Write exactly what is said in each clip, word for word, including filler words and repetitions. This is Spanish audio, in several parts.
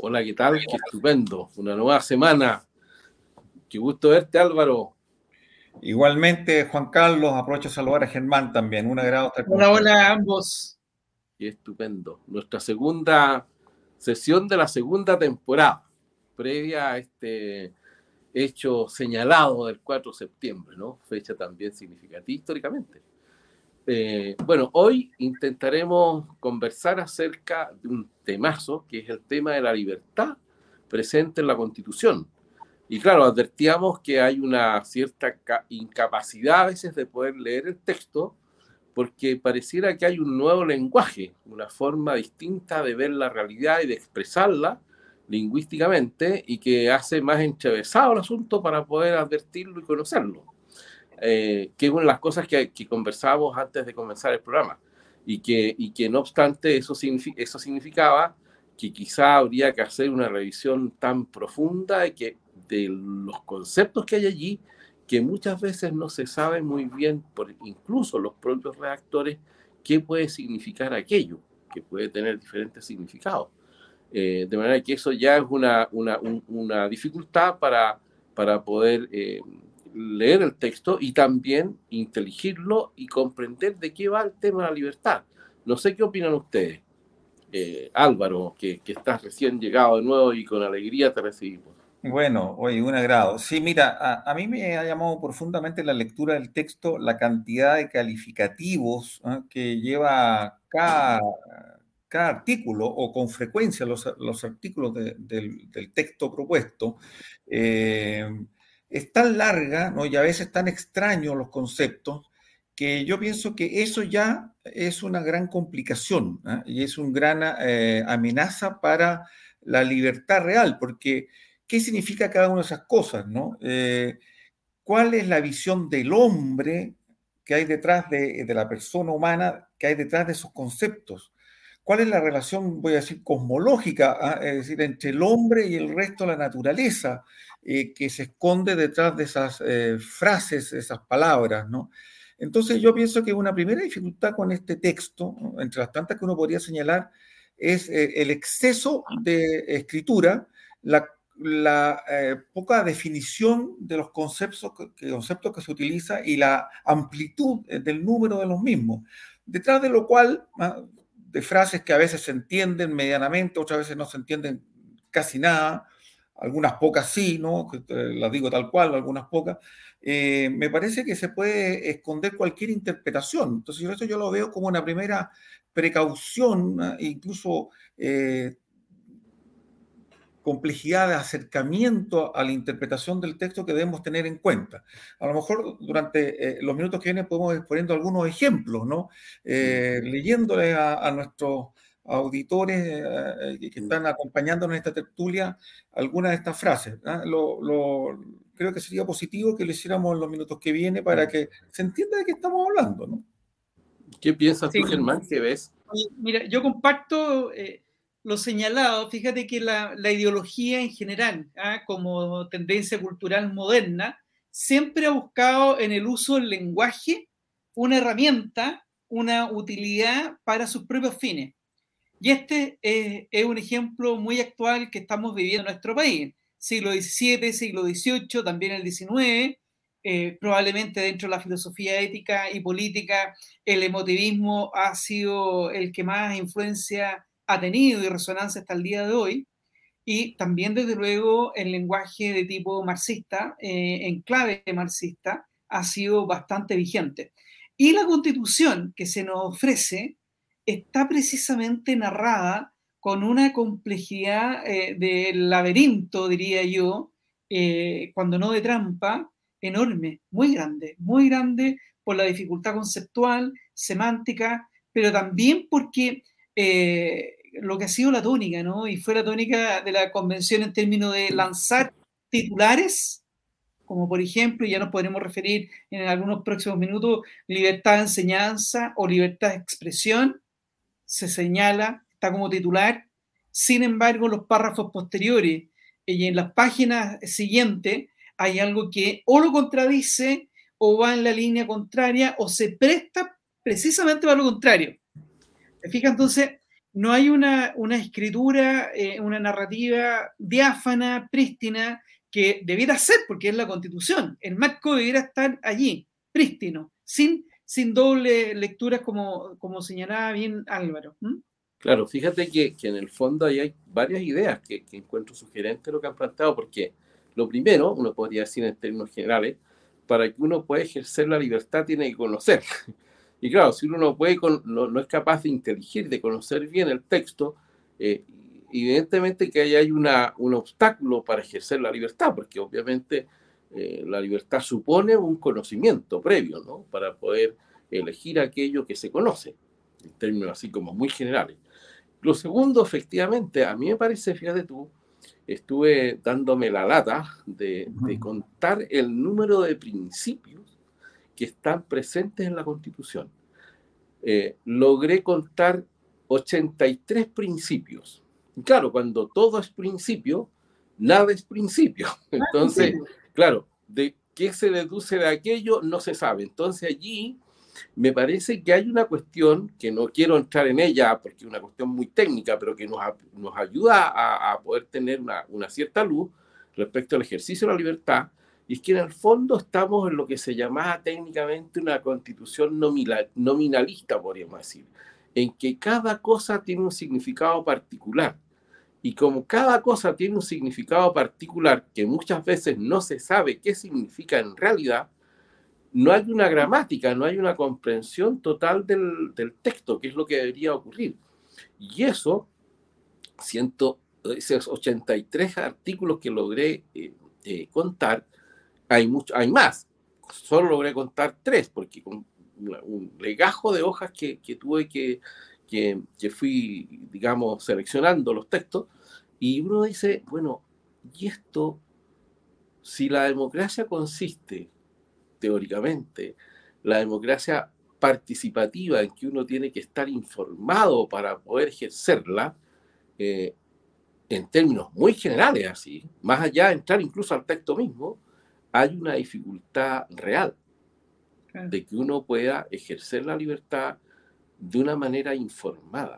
Hola, ¿qué tal? Qué estupendo. Una nueva semana. Qué gusto verte, Álvaro. Igualmente, Juan Carlos, aprovecho a saludar a Germán también. Un agrado estar con Hola, ustedes. hola a ambos. Qué estupendo. Nuestra segunda sesión de la segunda temporada, previa a este hecho señalado del cuatro de septiembre, ¿no? Fecha también significativa históricamente. Eh, bueno, hoy intentaremos conversar acerca de un temazo, que es el tema de la libertad presente en la Constitución. Y claro, advertíamos que hay una cierta incapacidad a veces de poder leer el texto, porque pareciera que hay un nuevo lenguaje, una forma distinta de ver la realidad y de expresarla lingüísticamente, y que hace más enchevesado el asunto para poder advertirlo y conocerlo. Eh, que es una de las cosas que, que conversábamos antes de comenzar el programa, y que, y que no obstante eso, signific, eso significaba que quizá habría que hacer una revisión tan profunda de, que, de los conceptos que hay allí, que muchas veces no se sabe muy bien, por incluso los propios redactores, qué puede significar aquello, que puede tener diferentes significados. Eh, de manera que eso ya es una, una, un, una dificultad para, para poder eh, leer el texto y también inteligirlo y comprender de qué va el tema de la libertad. No sé qué opinan ustedes. Eh, Álvaro, que, que estás recién llegado de nuevo y con alegría te recibimos. Bueno, oye, un agrado. Sí, mira, a, a mí me ha llamado profundamente la lectura del texto, la cantidad de calificativos, ¿eh? que lleva cada, cada artículo o con frecuencia los, los artículos de, del, del texto propuesto. Eh, es tan larga, ¿no? Y a veces tan extraños los conceptos, que yo pienso que eso ya es una gran complicación, ¿eh? Y es una gran eh, amenaza para la libertad real, porque ¿qué significa cada una de esas cosas, no? Eh, ¿Cuál es la visión del hombre que hay detrás de, de la persona humana, que hay detrás de esos conceptos? ¿Cuál es la relación, voy a decir, cosmológica, ¿ah? Es decir, entre el hombre y el resto de la naturaleza, eh, que se esconde detrás de esas eh, frases, esas palabras, ¿no? Entonces yo pienso que una primera dificultad con este texto, ¿no?, entre las tantas que uno podría señalar, es eh, el exceso de escritura, la la eh, poca definición de los conceptos que, conceptos que se utiliza y la amplitud del número de los mismos. Detrás de lo cual, ¿ah?, de frases que a veces se entienden medianamente, otras veces no se entienden casi nada, algunas pocas sí, ¿no? Que, eh, las digo tal cual, algunas pocas, eh, me parece que se puede esconder cualquier interpretación. Entonces, eso yo lo veo como una primera precaución, ¿ah?, incluso eh, complejidad de acercamiento a la interpretación del texto que debemos tener en cuenta. A lo mejor durante eh, los minutos que vienen podemos ir poniendo algunos ejemplos, ¿no? Eh, leyéndole a, a nuestros auditores eh, que están acompañándonos en esta tertulia algunas de estas frases, ¿eh? Lo, lo, creo que sería positivo que lo hiciéramos en los minutos que vienen para que se entienda de qué estamos hablando, ¿no? ¿Qué piensas Sí. tú, Germán? ¿Qué ves? Mira, yo comparto eh, lo señalado. Fíjate que la, la ideología en general, ¿ah?, como tendencia cultural moderna, siempre ha buscado en el uso del lenguaje una herramienta, una utilidad para sus propios fines. Y este eh, es un ejemplo muy actual que estamos viviendo en nuestro país. Siglo diecisiete, siglo dieciocho, también el diecinueve, eh, probablemente dentro de la filosofía ética y política, el emotivismo ha sido el que más influencia ha tenido y resonancia hasta el día de hoy. Y también, desde luego, el lenguaje de tipo marxista, eh, en clave marxista, ha sido bastante vigente. Y la Constitución que se nos ofrece está precisamente narrada con una complejidad eh, de laberinto, diría yo, eh, cuando no de trampa, enorme, muy grande, muy grande por la dificultad conceptual, semántica, pero también porque eh, lo que ha sido la tónica, ¿no? Y fue la tónica de la convención en términos de lanzar titulares, como por ejemplo, y ya nos podremos referir en algunos próximos minutos, libertad de enseñanza o libertad de expresión, se señala, está como titular. Sin embargo, los párrafos posteriores y en las páginas siguientes hay algo que o lo contradice o va en la línea contraria o se presta precisamente para lo contrario. ¿Te fijas? Entonces, no hay una, una escritura, eh, una narrativa diáfana, prístina, que debiera ser, porque es la Constitución. El marco debiera estar allí, prístino, sin, sin doble lecturas, como, como señalaba bien Álvaro. ¿Mm? Claro, fíjate que, que en el fondo ahí hay varias ideas que, que encuentro sugerentes lo que han planteado, porque lo primero, uno podría decir en términos generales, para que uno pueda ejercer la libertad tiene que conocer. Y claro, si uno no, puede, no, no es capaz de inteligir, de conocer bien el texto, eh, evidentemente que ahí hay una, un obstáculo para ejercer la libertad, porque obviamente eh, la libertad supone un conocimiento previo, ¿no? Para poder elegir aquello que se conoce, en términos así como muy generales. Lo segundo, efectivamente, a mí me parece, fíjate tú, estuve dándome la lata de, de contar el número de principios que están presentes en la Constitución. Eh, logré contar ochenta y tres principios. Y claro, cuando todo es principio, nada es principio. Entonces, claro, de qué se deduce de aquello no se sabe. Entonces allí me parece que hay una cuestión que no quiero entrar en ella porque es una cuestión muy técnica, pero que nos, nos ayuda a, a poder tener una, una cierta luz respecto al ejercicio de la libertad, y es que en el fondo estamos en lo que se llamaba técnicamente una constitución nominal, nominalista, podríamos decir, en que cada cosa tiene un significado particular. Y como cada cosa tiene un significado particular que muchas veces no se sabe qué significa en realidad, no hay una gramática, no hay una comprensión total del, del texto, que es lo que debería ocurrir. Y eso, ciento, esos ochenta y tres artículos que logré eh, eh, contar, hay, mucho, hay más. Solo logré contar tres, porque con una, un legajo de hojas que, que tuve que, que, que fui, digamos, seleccionando los textos, y uno dice, bueno, y esto, si la democracia consiste, teóricamente, la democracia participativa en que uno tiene que estar informado para poder ejercerla, eh, en términos muy generales así, más allá de entrar incluso al texto mismo, hay una dificultad real de que uno pueda ejercer la libertad de una manera informada,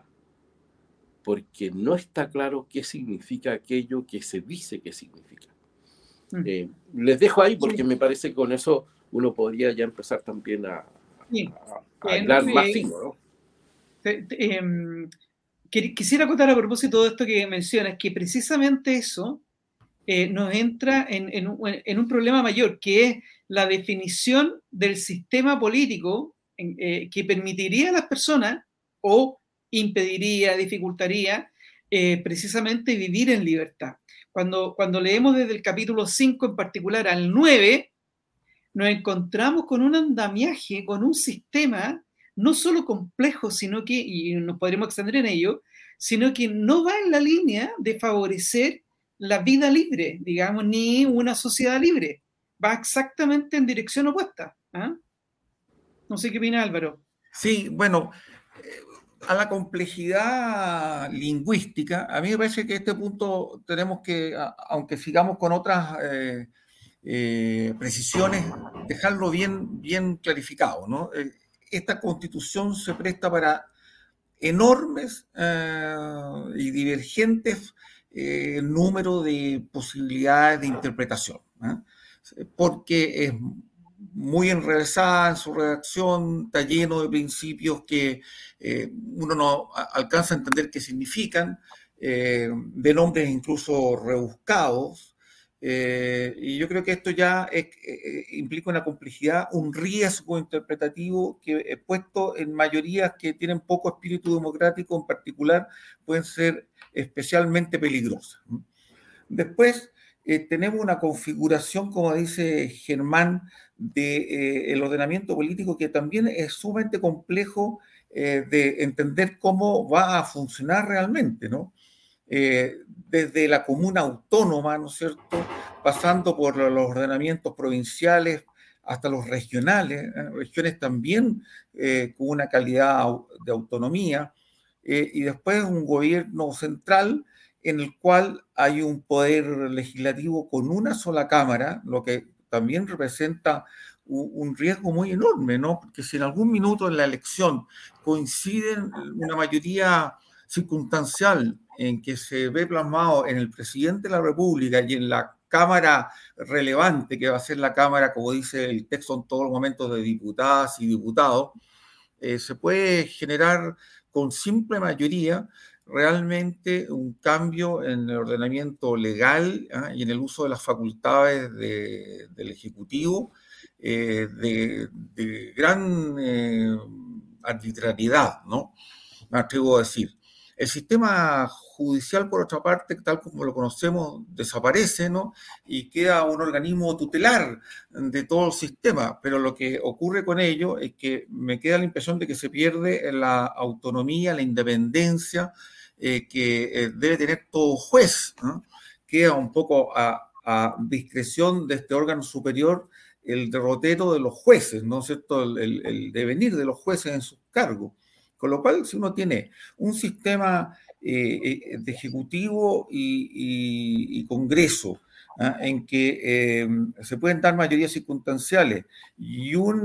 porque no está claro qué significa aquello que se dice que significa. Eh, les dejo ahí porque me parece que con eso uno podría ya empezar también a, sí. a, a hilar más fino, ¿no? Te, te, eh, quisiera contar a propósito de esto que mencionas, que precisamente eso eh, nos entra en, en, un, en un problema mayor, que es la definición del sistema político en, eh, que permitiría a las personas o impediría, dificultaría eh, precisamente vivir en libertad. Cuando, cuando leemos desde el capítulo cinco en particular al nueve, nos encontramos con un andamiaje, con un sistema no solo complejo, sino que, y nos podremos extender en ello, sino que no va en la línea de favorecer la vida libre, digamos, ni una sociedad libre. Va exactamente en dirección opuesta. ¿Ah? No sé qué opina Álvaro. Sí, bueno, a la complejidad lingüística, a mí me parece que a este punto tenemos que, aunque sigamos con otras eh, eh, precisiones, dejarlo bien, bien clarificado, ¿no? Esta Constitución se presta para enormes eh, y divergentes eh, número de posibilidades de interpretación, ¿eh? Porque es muy enrevesada en su redacción, está lleno de principios que eh, uno no alcanza a entender qué significan, eh, de nombres incluso rebuscados, eh, y yo creo que esto ya es, eh, implica una complejidad, un riesgo interpretativo que eh, puesto en mayorías que tienen poco espíritu democrático en particular, pueden ser especialmente peligrosas. Después, eh, tenemos una configuración, como dice Germán, del de, eh, ordenamiento político que también es sumamente complejo eh, de entender cómo va a funcionar realmente, ¿no? Eh, desde la comuna autónoma, ¿no es cierto?, pasando por los ordenamientos provinciales hasta los regionales, ¿eh? Regiones también eh, con una calidad de autonomía, eh, y después un gobierno central en el cual hay un poder legislativo con una sola cámara, lo que también representa un, un riesgo muy enorme, ¿no? Porque si en algún minuto en la elección coinciden una mayoría circunstancial en que se ve plasmado en el presidente de la República y en la Cámara relevante, que va a ser la Cámara, como dice el texto, en todos los momentos, de diputadas y diputados, eh, se puede generar con simple mayoría realmente un cambio en el ordenamiento legal, ¿eh? y en el uso de las facultades de, del Ejecutivo, eh, de, de gran eh, arbitrariedad, ¿no? Me atrevo a decir. El sistema judicial, por otra parte, tal como lo conocemos, desaparece, ¿no? Y queda un organismo tutelar de todo el sistema. Pero lo que ocurre con ello es que me queda la impresión de que se pierde la autonomía, la independencia eh, que eh, debe tener todo juez, ¿no? Queda un poco a, a discreción de este órgano superior el derrotero de los jueces, ¿no es cierto? El, el, el devenir de los jueces en sus cargos. Con lo cual, si uno tiene un sistema eh, de ejecutivo y, y, y congreso, ¿eh? en que eh, se pueden dar mayorías circunstanciales y un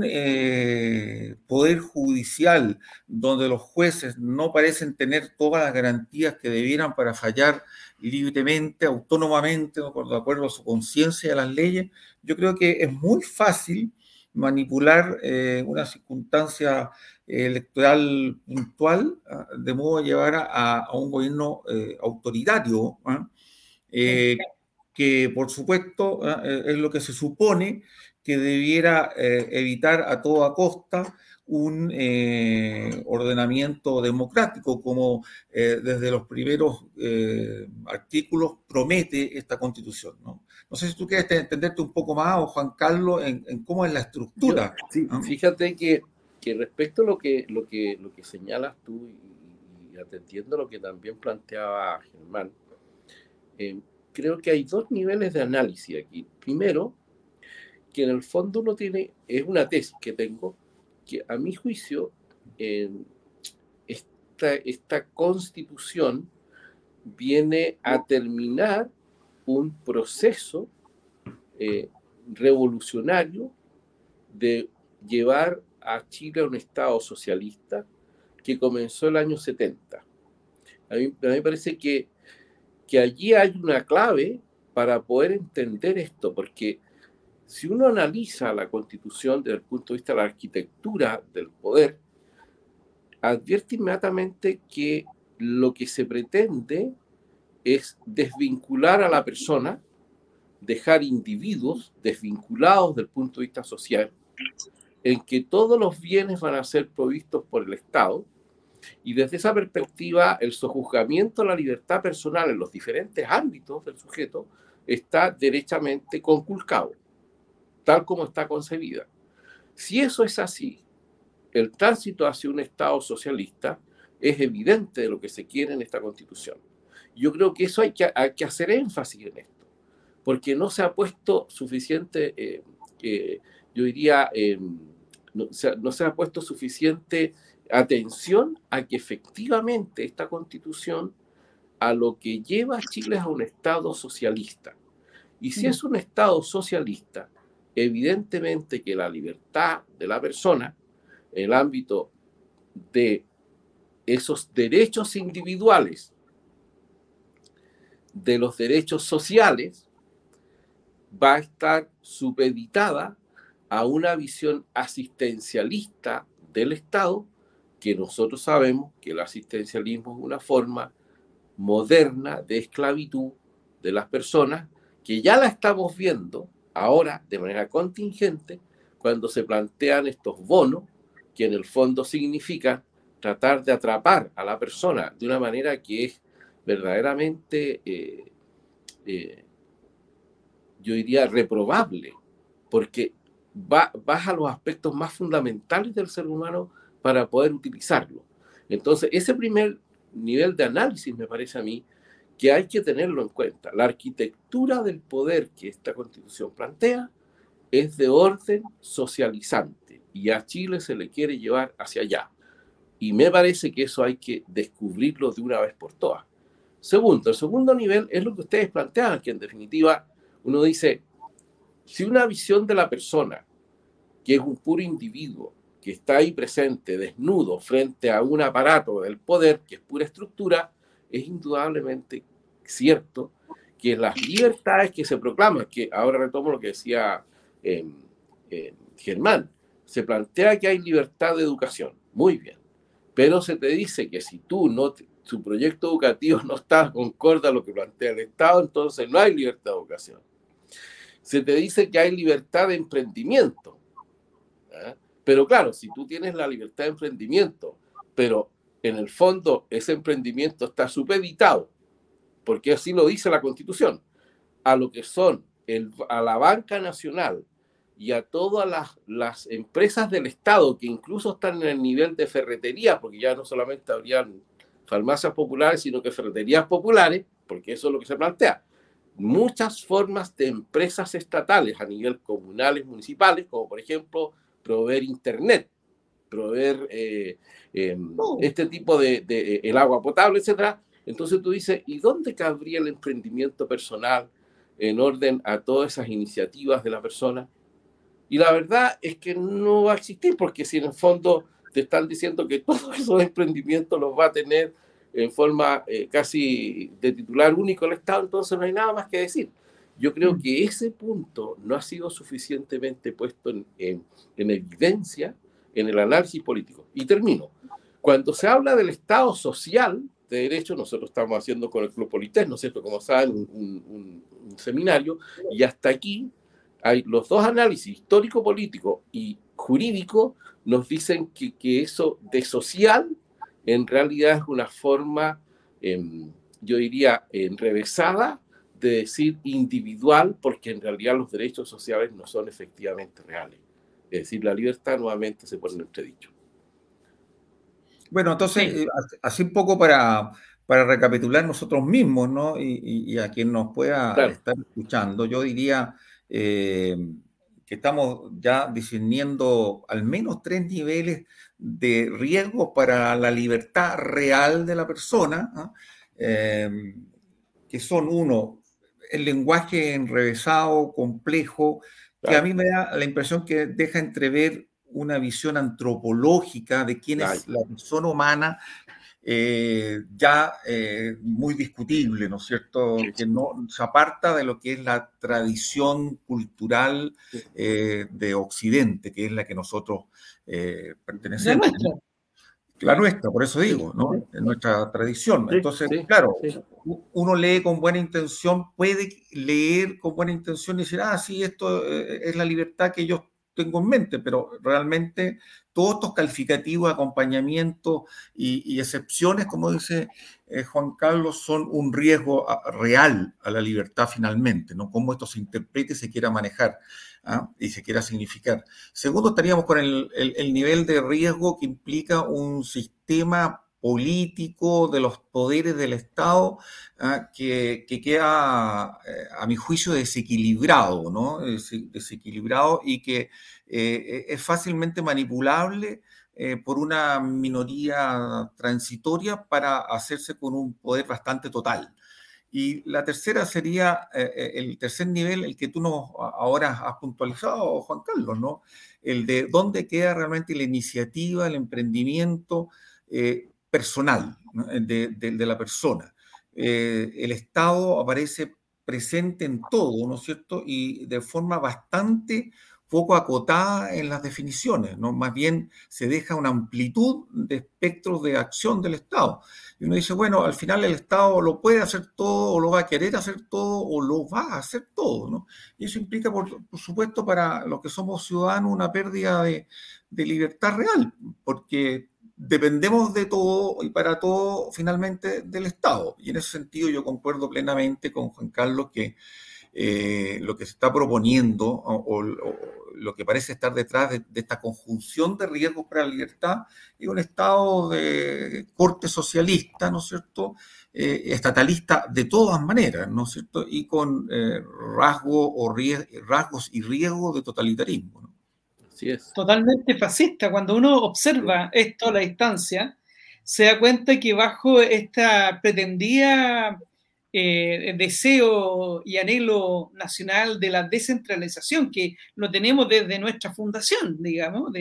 eh, poder judicial donde los jueces no parecen tener todas las garantías que debieran para fallar libremente, autónomamente, ¿no? de acuerdo a su conciencia y a las leyes, yo creo que es muy fácil manipular eh, una circunstancia electoral puntual, de modo de llevar a, a un gobierno eh, autoritario, ¿eh? Eh, que por supuesto eh, es lo que se supone que debiera eh, evitar a toda costa un eh, ordenamiento democrático, como eh, desde los primeros eh, artículos promete esta Constitución, ¿no? No sé si tú quieres entenderte un poco más, o Juan Carlos, en, en cómo es la estructura. Yo, sí, ¿no? Fíjate que, que respecto a lo que, lo, que, lo que señalas tú, y, y atendiendo a lo que también planteaba Germán, eh, creo que hay dos niveles de análisis aquí. Primero, que en el fondo uno tiene, es una tesis que tengo, que a mi juicio, eh, esta, esta Constitución viene a terminar un proceso eh, revolucionario de llevar a Chile a un Estado socialista que comenzó el año setenta. A mí, a mí me parece que, que allí hay una clave para poder entender esto, porque si uno analiza la Constitución desde el punto de vista de la arquitectura del poder, advierte inmediatamente que lo que se pretende es desvincular a la persona, dejar individuos desvinculados del punto de vista social, en que todos los bienes van a ser provistos por el Estado, y desde esa perspectiva el sojuzgamiento a la libertad personal en los diferentes ámbitos del sujeto está derechamente conculcado, tal como está concebida. Si eso es así, el tránsito hacia un Estado socialista es evidente de lo que se quiere en esta Constitución. Yo creo que eso hay que, hay que hacer énfasis en esto, porque no se ha puesto suficiente, eh, eh, yo diría, eh, no, se, no se ha puesto suficiente atención a que efectivamente esta Constitución a lo que lleva a Chile es a un Estado socialista. Y si es un Estado socialista, evidentemente que la libertad de la persona, en el ámbito de esos derechos individuales, de los derechos sociales, va a estar supeditada a una visión asistencialista del Estado, que nosotros sabemos que el asistencialismo es una forma moderna de esclavitud de las personas, que ya la estamos viendo ahora de manera contingente cuando se plantean estos bonos, que en el fondo significan tratar de atrapar a la persona de una manera que es verdaderamente, eh, eh, yo diría, reprobable, porque va, vas a los aspectos más fundamentales del ser humano para poder utilizarlo. Entonces, ese primer nivel de análisis me parece a mí que hay que tenerlo en cuenta. La arquitectura del poder que esta Constitución plantea es de orden socializante y a Chile se le quiere llevar hacia allá. Y me parece que eso hay que descubrirlo de una vez por todas. Segundo, el segundo nivel es lo que ustedes plantean, que en definitiva uno dice, si una visión de la persona, que es un puro individuo, que está ahí presente, desnudo, frente a un aparato del poder, que es pura estructura, es indudablemente cierto que las libertades que se proclaman, que ahora retomo lo que decía eh, eh, Germán, se plantea que hay libertad de educación, muy bien, pero se te dice que si tú no, tu proyecto educativo no está concorde a lo que plantea el Estado, entonces no hay libertad de educación. Se te dice que hay libertad de emprendimiento, ¿eh? Pero claro, si tú tienes la libertad de emprendimiento, pero en el fondo ese emprendimiento está supeditado, porque así lo dice la Constitución, a lo que son el, a la banca nacional y a todas las, las empresas del Estado, que incluso están en el nivel de ferretería, porque ya no solamente habrían farmacias populares, sino que ferreterías populares, porque eso es lo que se plantea. Muchas formas de empresas estatales a nivel comunales, municipales, como por ejemplo proveer internet, proveer eh, eh, oh. este tipo de, de el agua potable, etcétera. Entonces tú dices, ¿y dónde cabría el emprendimiento personal en orden a todas esas iniciativas de la persona? Y la verdad es que no va a existir, porque si en el fondo te están diciendo que todos esos emprendimientos los va a tener en forma eh, casi de titular único el Estado, entonces no hay nada más que decir. Yo creo que ese punto no ha sido suficientemente puesto en, en, en evidencia en el análisis político. Y termino. Cuando se habla del Estado social de derecho, nosotros estamos haciendo con el Club Polités, ¿no es cierto? Como saben, un, un, un seminario, y hasta aquí hay los dos análisis, histórico-político y jurídico, nos dicen que, que eso de social en realidad es una forma, eh, yo diría, enrevesada de decir individual, porque en realidad los derechos sociales no son efectivamente reales. Es decir, la libertad nuevamente se pone en entredicho. Bueno, entonces, sí. así un poco para, para recapitular nosotros mismos, ¿no? Y, y, y a quien nos pueda claro. estar escuchando, yo diría eh, que estamos ya discerniendo al menos tres niveles de riesgo para la libertad real de la persona, ¿no? eh, que son, uno, el lenguaje enrevesado, complejo, claro. que a mí me da la impresión que deja entrever una visión antropológica de quién claro. es la persona humana, eh, ya eh, muy discutible, ¿no es cierto? Sí. Que no se aparta de lo que es la tradición cultural eh, de Occidente, que es la que nosotros eh, pertenecemos. La nuestra. La nuestra, por eso digo, ¿no? Sí. Es nuestra tradición. Sí, Entonces, sí, claro, sí. uno lee con buena intención, puede leer con buena intención y decir, ah, sí, esto es la libertad que yo tengo en mente, pero realmente todos estos calificativos, acompañamientos y, y excepciones, como dice eh, Juan Carlos, son un riesgo a, real a la libertad finalmente, ¿no? Cómo esto se interprete y se quiera manejar, ¿ah? y se quiera significar. Segundo, estaríamos con el, el, el nivel de riesgo que implica un sistema político de los poderes del Estado ¿ah? que, que queda, eh, a mi juicio, desequilibrado, ¿no? Desequilibrado y que eh, es fácilmente manipulable eh, por una minoría transitoria para hacerse con un poder bastante total. Y la tercera sería eh, el tercer nivel, el que tú nos ahora has puntualizado, Juan Carlos, ¿no? El de dónde queda realmente la iniciativa, el emprendimiento eh, personal, ¿no? de, de, de la persona. Eh, el Estado aparece presente en todo, ¿no es cierto? Y de forma bastante poco acotada en las definiciones, ¿no? Más bien se deja una amplitud de espectros de acción del Estado. Y uno dice, bueno, al final el Estado lo puede hacer todo, o lo va a querer hacer todo, o lo va a hacer todo, ¿no? Y eso implica, por, por supuesto, para los que somos ciudadanos, una pérdida de, de libertad real, porque dependemos de todo y para todo, finalmente, del Estado. Y en ese sentido yo concuerdo plenamente con Juan Carlos que eh, lo que se está proponiendo o, o, o lo que parece estar detrás de, de esta conjunción de riesgos para la libertad es un Estado de corte socialista, ¿no es cierto?, eh, estatalista de todas maneras, ¿no es cierto?, y con eh, rasgos o ries- rasgos y riesgos de totalitarismo, ¿no? Así es. Totalmente fascista. Cuando uno observa sí. esto a la distancia, se da cuenta que bajo esta pretendida eh, deseo y anhelo nacional de la descentralización, que lo tenemos desde nuestra fundación, digamos, de,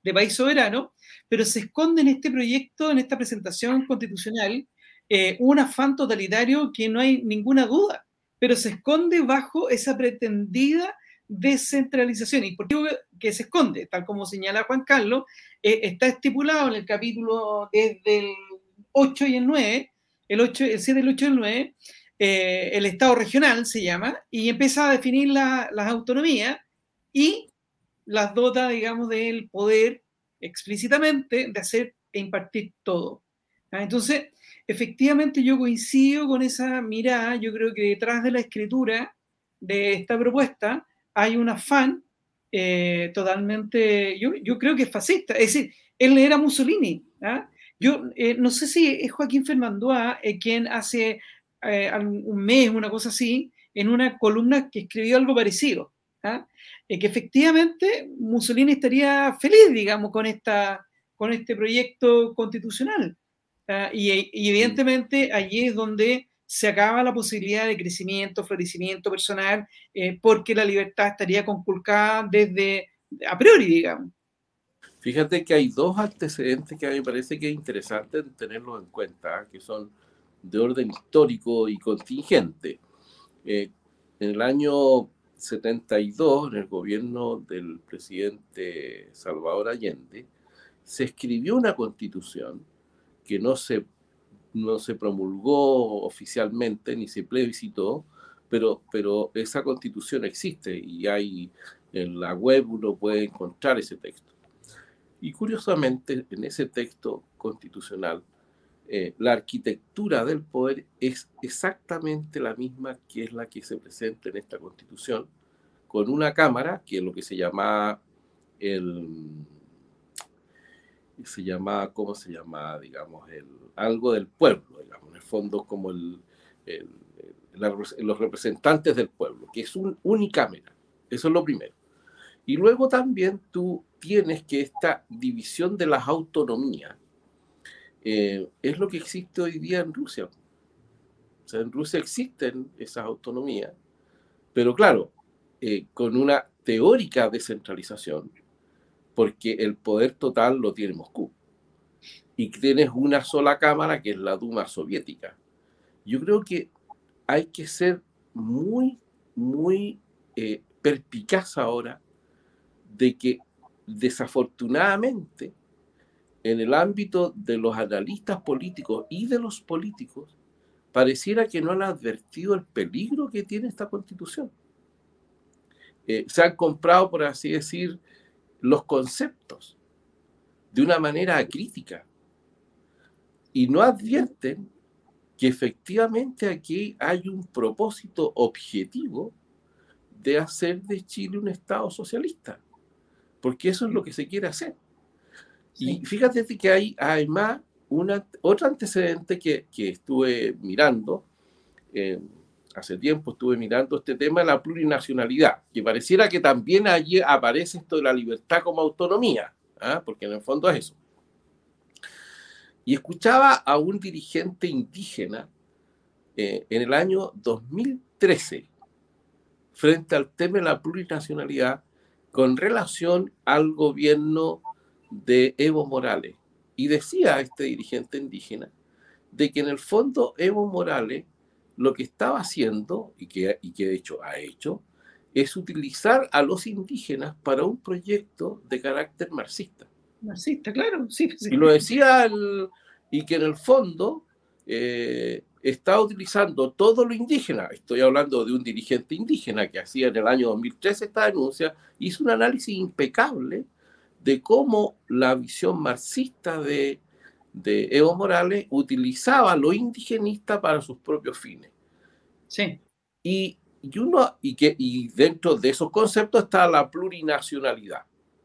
de país soberano, pero se esconde en este proyecto, en esta presentación constitucional, eh, un afán totalitario que no hay ninguna duda, pero se esconde bajo esa pretendida descentralización. ¿Y por qué digo que se esconde? Tal como señala Juan Carlos, eh, está estipulado en el capítulo desde el ocho y el nueve, el, ocho, el siete, el ocho y el nueve, eh, el Estado regional se llama, y empieza a definir la, las autonomías y las dota, digamos, del poder explícitamente de hacer e impartir todo. ¿Ah? Entonces, efectivamente yo coincido con esa mirada. Yo creo que detrás de la escritura de esta propuesta hay un afán eh, totalmente, yo, yo creo que es fascista. Es decir, él era Mussolini. ¿Ah? Yo eh, no sé si es Joaquín Fernandois eh, quien hace eh, un mes, una cosa así, en una columna que escribió algo parecido. ¿Ah? Eh, que efectivamente Mussolini estaría feliz, digamos, con, esta, con este proyecto constitucional. ¿Ah? Y, y evidentemente allí es donde se acaba la posibilidad de crecimiento, florecimiento personal, eh, porque la libertad estaría conculcada desde a priori, digamos. Fíjate que hay dos antecedentes que a mí me parece que es interesante tenerlos en cuenta, que son de orden histórico y contingente. Eh, en el año setenta y dos, en el gobierno del presidente Salvador Allende, se escribió una constitución que no se, no se promulgó oficialmente ni se plebiscitó, pero, pero esa constitución existe y hay en la web uno puede encontrar ese texto. Y curiosamente, en ese texto constitucional, eh, la arquitectura del poder es exactamente la misma que es la que se presenta en esta Constitución, con una Cámara, que es lo que se llama el... se llama, ¿cómo se llama? Digamos, el, algo del pueblo, digamos, en el fondo como el, el, el, la, los representantes del pueblo, que es un unicameral. Eso es lo primero. Y luego también tú tienes que esta división de las autonomías eh, es lo que existe hoy día en Rusia. O sea, en Rusia existen esas autonomías, pero claro, eh, con una teórica descentralización, porque el poder total lo tiene Moscú. Y tienes una sola cámara que es la Duma soviética. Yo creo que hay que ser muy, muy eh, perspicaz ahora de que desafortunadamente en el ámbito de los analistas políticos y de los políticos pareciera que no han advertido el peligro que tiene esta Constitución. Eh, se han comprado, por así decir, los conceptos de una manera acrítica y no advierten que efectivamente aquí hay un propósito objetivo de hacer de Chile un Estado socialista, porque eso es lo que se quiere hacer. Sí. Y fíjate que hay además una, otro antecedente que, que estuve mirando, eh, hace tiempo estuve mirando este tema de la plurinacionalidad, que pareciera que también allí aparece esto de la libertad como autonomía, ¿eh? Porque en el fondo es eso. Y escuchaba a un dirigente indígena eh, en el año dos mil trece, frente al tema de la plurinacionalidad, con relación al gobierno de Evo Morales. Y decía este dirigente indígena de que en el fondo Evo Morales lo que estaba haciendo, y que, y que de hecho ha hecho, es utilizar a los indígenas para un proyecto de carácter marxista. Marxista, claro, sí. sí. Y lo decía, el, y que en el fondo eh, está utilizando todo lo indígena. Estoy hablando de un dirigente indígena que hacía en el año dos mil trece esta denuncia, hizo un análisis impecable de cómo la visión marxista de, de Evo Morales utilizaba lo indigenista para sus propios fines. Sí. Y, y, uno, y, que, y dentro de esos conceptos está la plurinacionalidad.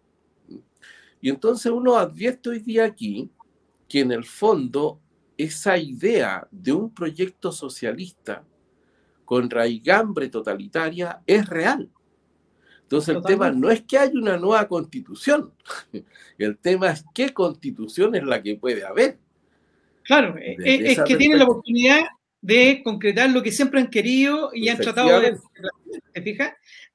Y entonces uno advierte hoy día aquí que en el fondo esa idea de un proyecto socialista con raigambre totalitaria es real. Entonces el tema no es que haya una nueva constitución, el tema es qué constitución es la que puede haber. Claro, es, es que tiene la oportunidad de concretar lo que siempre han querido y han tratado de... ¿Te fijas?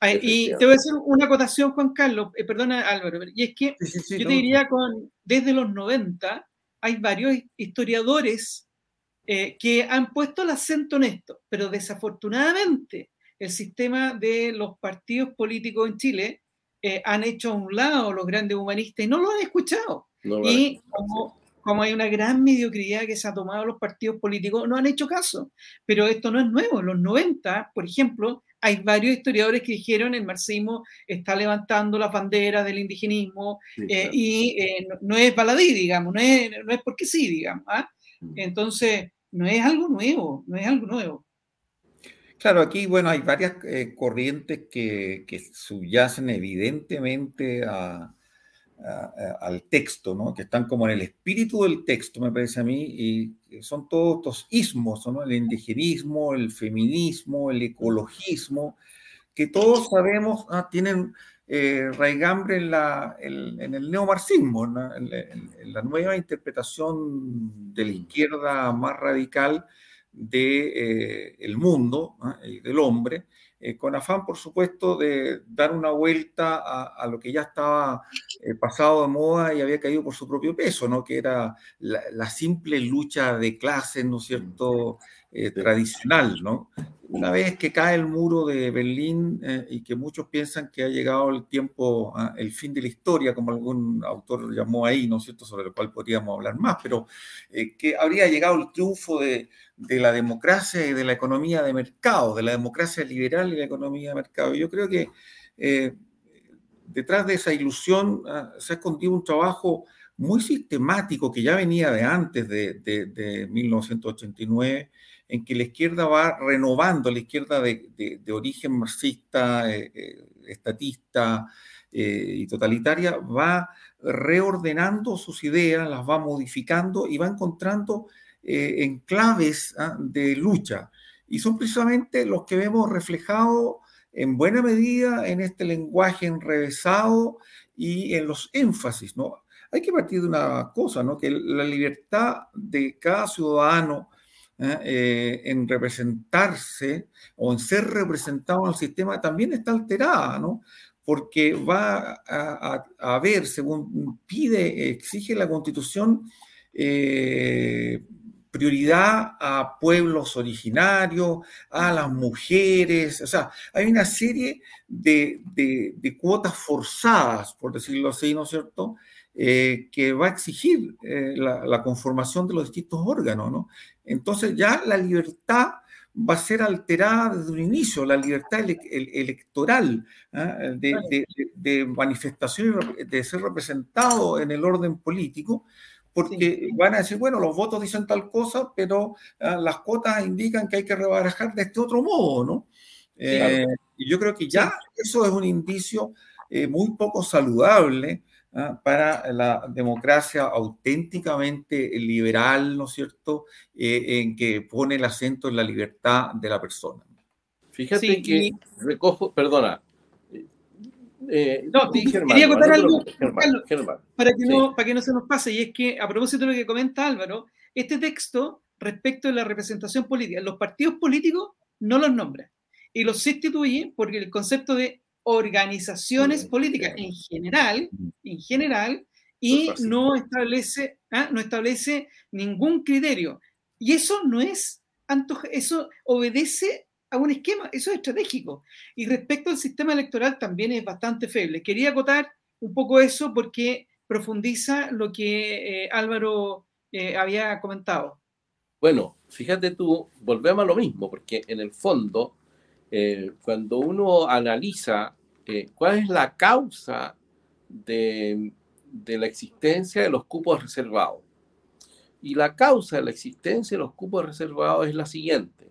Y te voy a hacer una acotación, Juan Carlos, eh, perdona Álvaro, y es que sí, sí, sí, yo no, te diría, con, desde los noventa hay varios historiadores eh, que han puesto el acento en esto, pero desafortunadamente el sistema de los partidos políticos en Chile eh, han hecho a un lado los grandes humanistas y no lo han escuchado. No lo y han como, como hay una gran mediocridad que se ha tomado los partidos políticos, no han hecho caso. Pero esto no es nuevo. En los noventa, por ejemplo, hay varios historiadores que dijeron el marxismo está levantando las banderas del indigenismo sí, eh, claro. y eh, no, no es baladí, digamos, no es, no es porque sí, digamos. ¿ah? Entonces, no es algo nuevo, no es algo nuevo. Claro, aquí, bueno, hay varias eh, corrientes que, que subyacen evidentemente a, a, a, al texto, ¿no? Que están como en el espíritu del texto, me parece a mí, y son todos estos ismos, ¿no? El indigenismo, el feminismo, el ecologismo, que todos sabemos ah, tienen eh, raigambre en, la, en, en el neomarxismo, ¿no? en, en, en la nueva interpretación de la izquierda más radical del de, eh, mundo y ¿eh? del hombre, eh, con afán, por supuesto, de dar una vuelta a, a lo que ya estaba eh, pasado de moda y había caído por su propio peso, ¿no? Que era la, la simple lucha de clases, ¿no es cierto?, eh, tradicional, ¿no? Una vez que cae el muro de Berlín eh, y que muchos piensan que ha llegado el tiempo, ah, el fin de la historia, como algún autor llamó ahí, ¿no es cierto?, sobre el cual podríamos hablar más, pero eh, que habría llegado el triunfo de, de la democracia y de la economía de mercado, de la democracia liberal y la economía de mercado. Yo creo que eh, detrás de esa ilusión ah, se ha escondido un trabajo muy sistemático que ya venía de antes de, de, de mil novecientos ochenta y nueve, en que la izquierda va renovando, la izquierda de, de, de origen marxista, eh, eh, estatista eh, y totalitaria, va reordenando sus ideas, las va modificando y va encontrando eh, enclaves ¿eh? de lucha. Y son precisamente los que vemos reflejados en buena medida en este lenguaje enrevesado y en los énfasis, ¿no? Hay que partir de una cosa, ¿no? Que la libertad de cada ciudadano ¿eh? Eh, en representarse o en ser representado en el sistema también está alterada, ¿no? Porque va a, a, a ver, según pide, exige la Constitución, eh, prioridad a pueblos originarios, a las mujeres, o sea, hay una serie de, de, de cuotas forzadas, por decirlo así, ¿no es cierto?, Eh, que va a exigir eh, la, la conformación de los distintos órganos, ¿no? Entonces ya la libertad va a ser alterada desde un inicio, la libertad ele el electoral, ¿eh? de, de, de manifestación, de ser representado en el orden político, porque sí. van a decir, bueno, los votos dicen tal cosa, pero eh, las cuotas indican que hay que rebarajar de este otro modo, ¿no? Sí, eh, claro. Y yo creo que ya sí. eso es un indicio eh, muy poco saludable ¿eh? para la democracia auténticamente liberal, ¿no es cierto?, eh, en que pone el acento en la libertad de la persona. Fíjate sí, que y... recojo, perdona, Eh, no, Germán, quería contar no, algo Germán, Germán, para, que no, sí. para que no se nos pase, y es que a propósito de lo que comenta Álvaro, este texto respecto de la representación política, los partidos políticos no los nombra y los sustituye porque el concepto de organizaciones sí, políticas sí. en general, en general, y no establece, ¿ah? no establece ningún criterio. Y eso no es antoja, eso obedece a un esquema, eso es estratégico. Y respecto al sistema electoral también es bastante feble. Quería acotar un poco eso porque profundiza lo que eh, Álvaro eh, había comentado. Bueno, fíjate tú, volvemos a lo mismo, porque en el fondo, eh, cuando uno analiza eh, cuál es la causa de, de la existencia de los cupos reservados, y la causa de la existencia de los cupos reservados es la siguiente: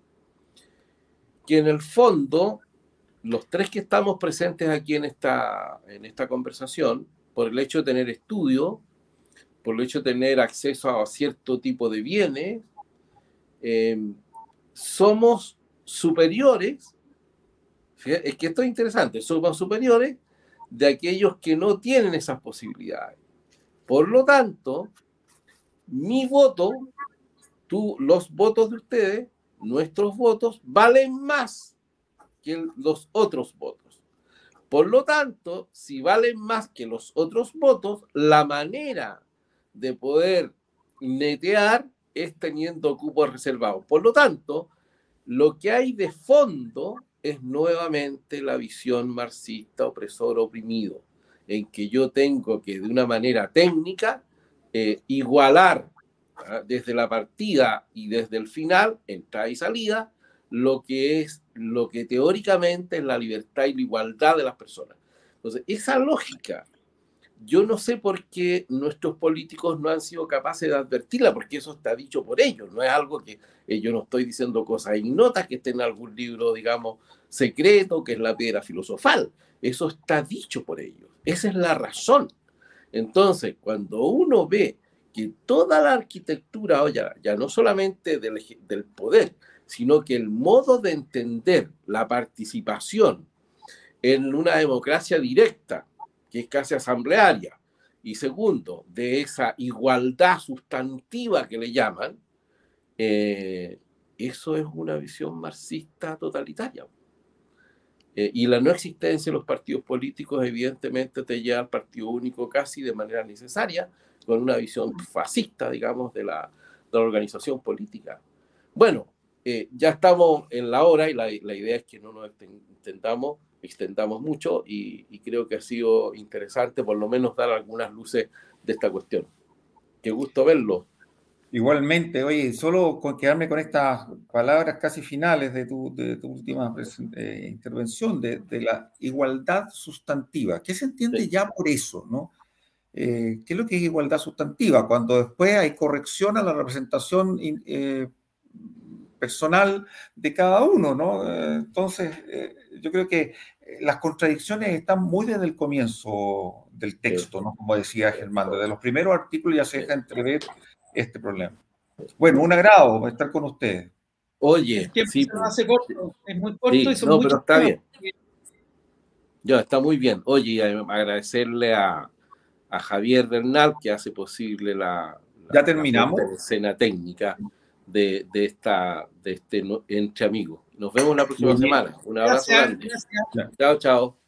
que en el fondo, los tres que estamos presentes aquí en esta, en esta conversación, por el hecho de tener estudio, por el hecho de tener acceso a cierto tipo de bienes, eh, somos superiores, fíjate, es que esto es interesante, somos superiores de aquellos que no tienen esas posibilidades. Por lo tanto, mi voto, tú, los votos de ustedes, nuestros votos valen más que los otros votos. Por lo tanto, si valen más que los otros votos, la manera de poder netear es teniendo cupos reservados. Por lo tanto, lo que hay de fondo es nuevamente la visión marxista opresor-oprimido, en que yo tengo que de una manera técnica eh, igualar ¿ah? desde la partida y desde el final, entrada y salida, lo que es lo que teóricamente es la libertad y la igualdad de las personas. Entonces, esa lógica, yo no sé por qué nuestros políticos no han sido capaces de advertirla, porque eso está dicho por ellos, no es algo que eh, yo no estoy diciendo cosas ignotas que estén en algún libro, digamos, secreto, que es la piedra filosofal. Eso está dicho por ellos. Esa es la razón. Entonces, cuando uno ve que toda la arquitectura, oye, ya no solamente del, del poder, sino que el modo de entender la participación en una democracia directa, que es casi asamblearia, y segundo, de esa igualdad sustantiva que le llaman, eh, eso es una visión marxista totalitaria. Eh, y la no existencia de los partidos políticos evidentemente te lleva al partido único casi de manera necesaria, con una visión fascista, digamos, de la, de la organización política. Bueno, eh, ya estamos en la hora y la, la idea es que no nos intentamos extendamos mucho y, y creo que ha sido interesante por lo menos dar algunas luces de esta cuestión. Qué gusto verlo. Igualmente, oye, solo con quedarme con estas palabras casi finales de tu, de tu última eh, intervención, de, de la igualdad sustantiva. ¿Qué se entiende sí. ya por eso, no? Eh, ¿Qué es lo que es igualdad sustantiva? Cuando después hay corrección a la representación eh, personal de cada uno, ¿no? Eh, entonces, eh, yo creo que las contradicciones están muy desde el comienzo del texto, ¿no? Como decía Germán, desde los primeros artículos ya se deja entrever este problema. Bueno, un agrado estar con ustedes. Oye, el sí, se nos hace corto, es muy corto sí, y son no, muchos pero está temas. bien. Ya, está muy bien. Oye, agradecerle a, a Javier Bernal que hace posible la, la, ¿Ya terminamos? la escena técnica de, de, esta, de este Entre Amigos. Nos vemos la próxima semana. Un abrazo Gracias, grande. gracias. Chao, chao.